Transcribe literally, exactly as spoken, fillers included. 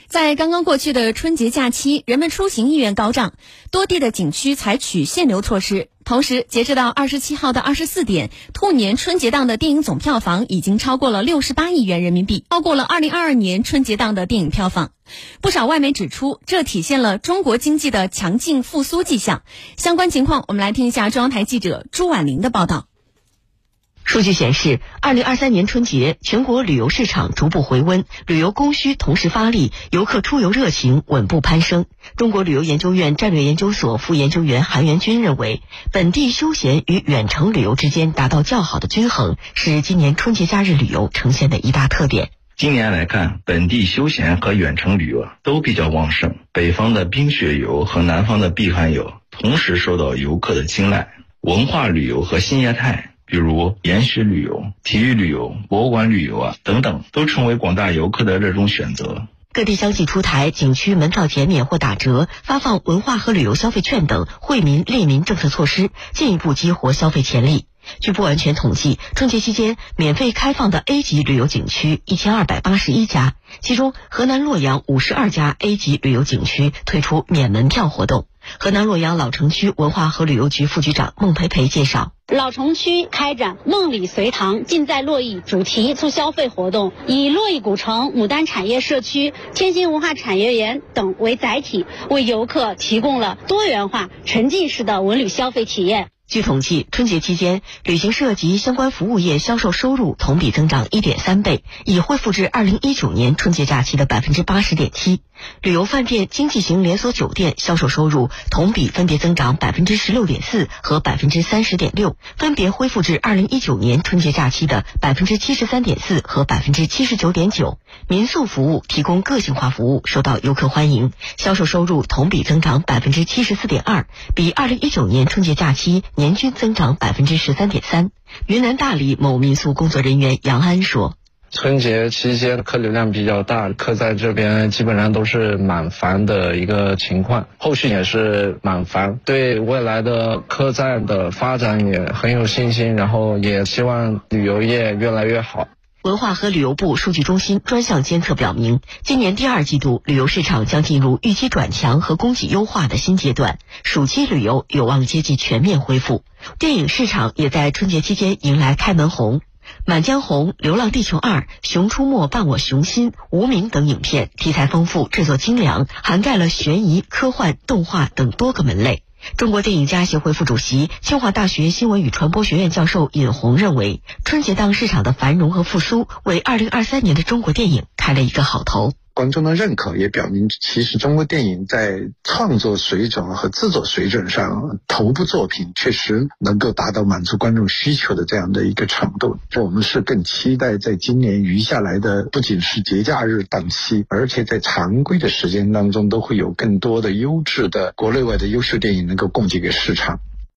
在刚刚过去的春节假期，人们出行意愿高涨，多地的景区采取限流措施。同时，截止到二十七号的二十四点，兔年春节档的电影总票房已经超过了六十八亿元人民币，超过了二零二二年春节档的电影票房。不少外媒指出，这体现了中国经济的强劲复苏迹象。相关情况，我们来听一下中央台记者朱婉玲的报道。 数据显示，二零二三年春节全国旅游市场逐步回温，旅游供需同时发力，游客出游热情稳步攀升。中国旅游研究院战略研究所副研究员韩元军认为，本地休闲与远程旅游之间达到较好的均衡，是今年春节假日旅游呈现的一大特点。 今年来看，本地休闲和远程旅游都比较旺盛，北方的冰雪游和南方的避寒游同时受到游客的青睐。文化旅游和新业态，比如研学旅游、体育旅游、博物馆旅游啊等等，都成为广大游客的热衷选择。 各地相继出台景区门票减免或打折、发放文化和旅游消费券等惠民利民政策措施，进一步激活消费潜力。据不完全统计，春节期间免费开放的 A 级旅游景区一千二百八十一家，其中河南洛阳五十二家 A 级旅游景区推出免门票活动。河南洛阳老城区文化和旅游局副局长孟培培介绍， 老城区开展梦里随堂尽在洛邑主题促消费活动，以洛邑古城、牡丹产业社区、天津文化产业园等为载体，为游客提供了多元化沉浸式的文旅消费体验。 据统计，春节期间旅行社及相关服务业销售收入同比增长 一点三倍，已恢复至二零一九年春节假期的 百分之八十点七。旅游饭店、经济型连锁酒店销售收入同比分别增长 百分之十六点四 和 百分之三十点六，分别恢复至二零一九年春节假期的 百分之七十三点四 和 百分之七十九点九。民宿服务提供个性化服务受到游客欢迎，销售收入同比增长 百分之七十四点二， 比二零一九年春节假期年均增长 百分之十三点三。 云南大理某民宿工作人员杨安说， 春节期间客流量比较大，客在这边基本上都是满房的一个情况，后续也是满房，对未来的客栈的发展也很有信心，然后也希望旅游业越来越好。 文化和旅游部数据中心专项监测表明，今年第二季度旅游市场将进入预期转强和供给优化的新阶段，暑期旅游有望接近全面恢复。电影市场也在春节期间迎来开门红，《满江红》、《流浪地球二》、《熊出没伴我熊心》、《无名》等影片题材丰富，制作精良，涵盖了悬疑、科幻、动画等多个门类。中国电影家协会副主席、清华大学新闻与传播学院教授尹红认为，春节档市场的繁荣和复苏为二零二三年的中国电影开了一个好头。 观众的认可也表明，其实中国电影在创作水准和制作水准上，头部作品确实能够达到满足观众需求的这样的一个程度。我们是更期待在今年余下来的不仅是节假日档期，而且在常规的时间当中都会有更多的优质的国内外的优秀电影能够供给给市场。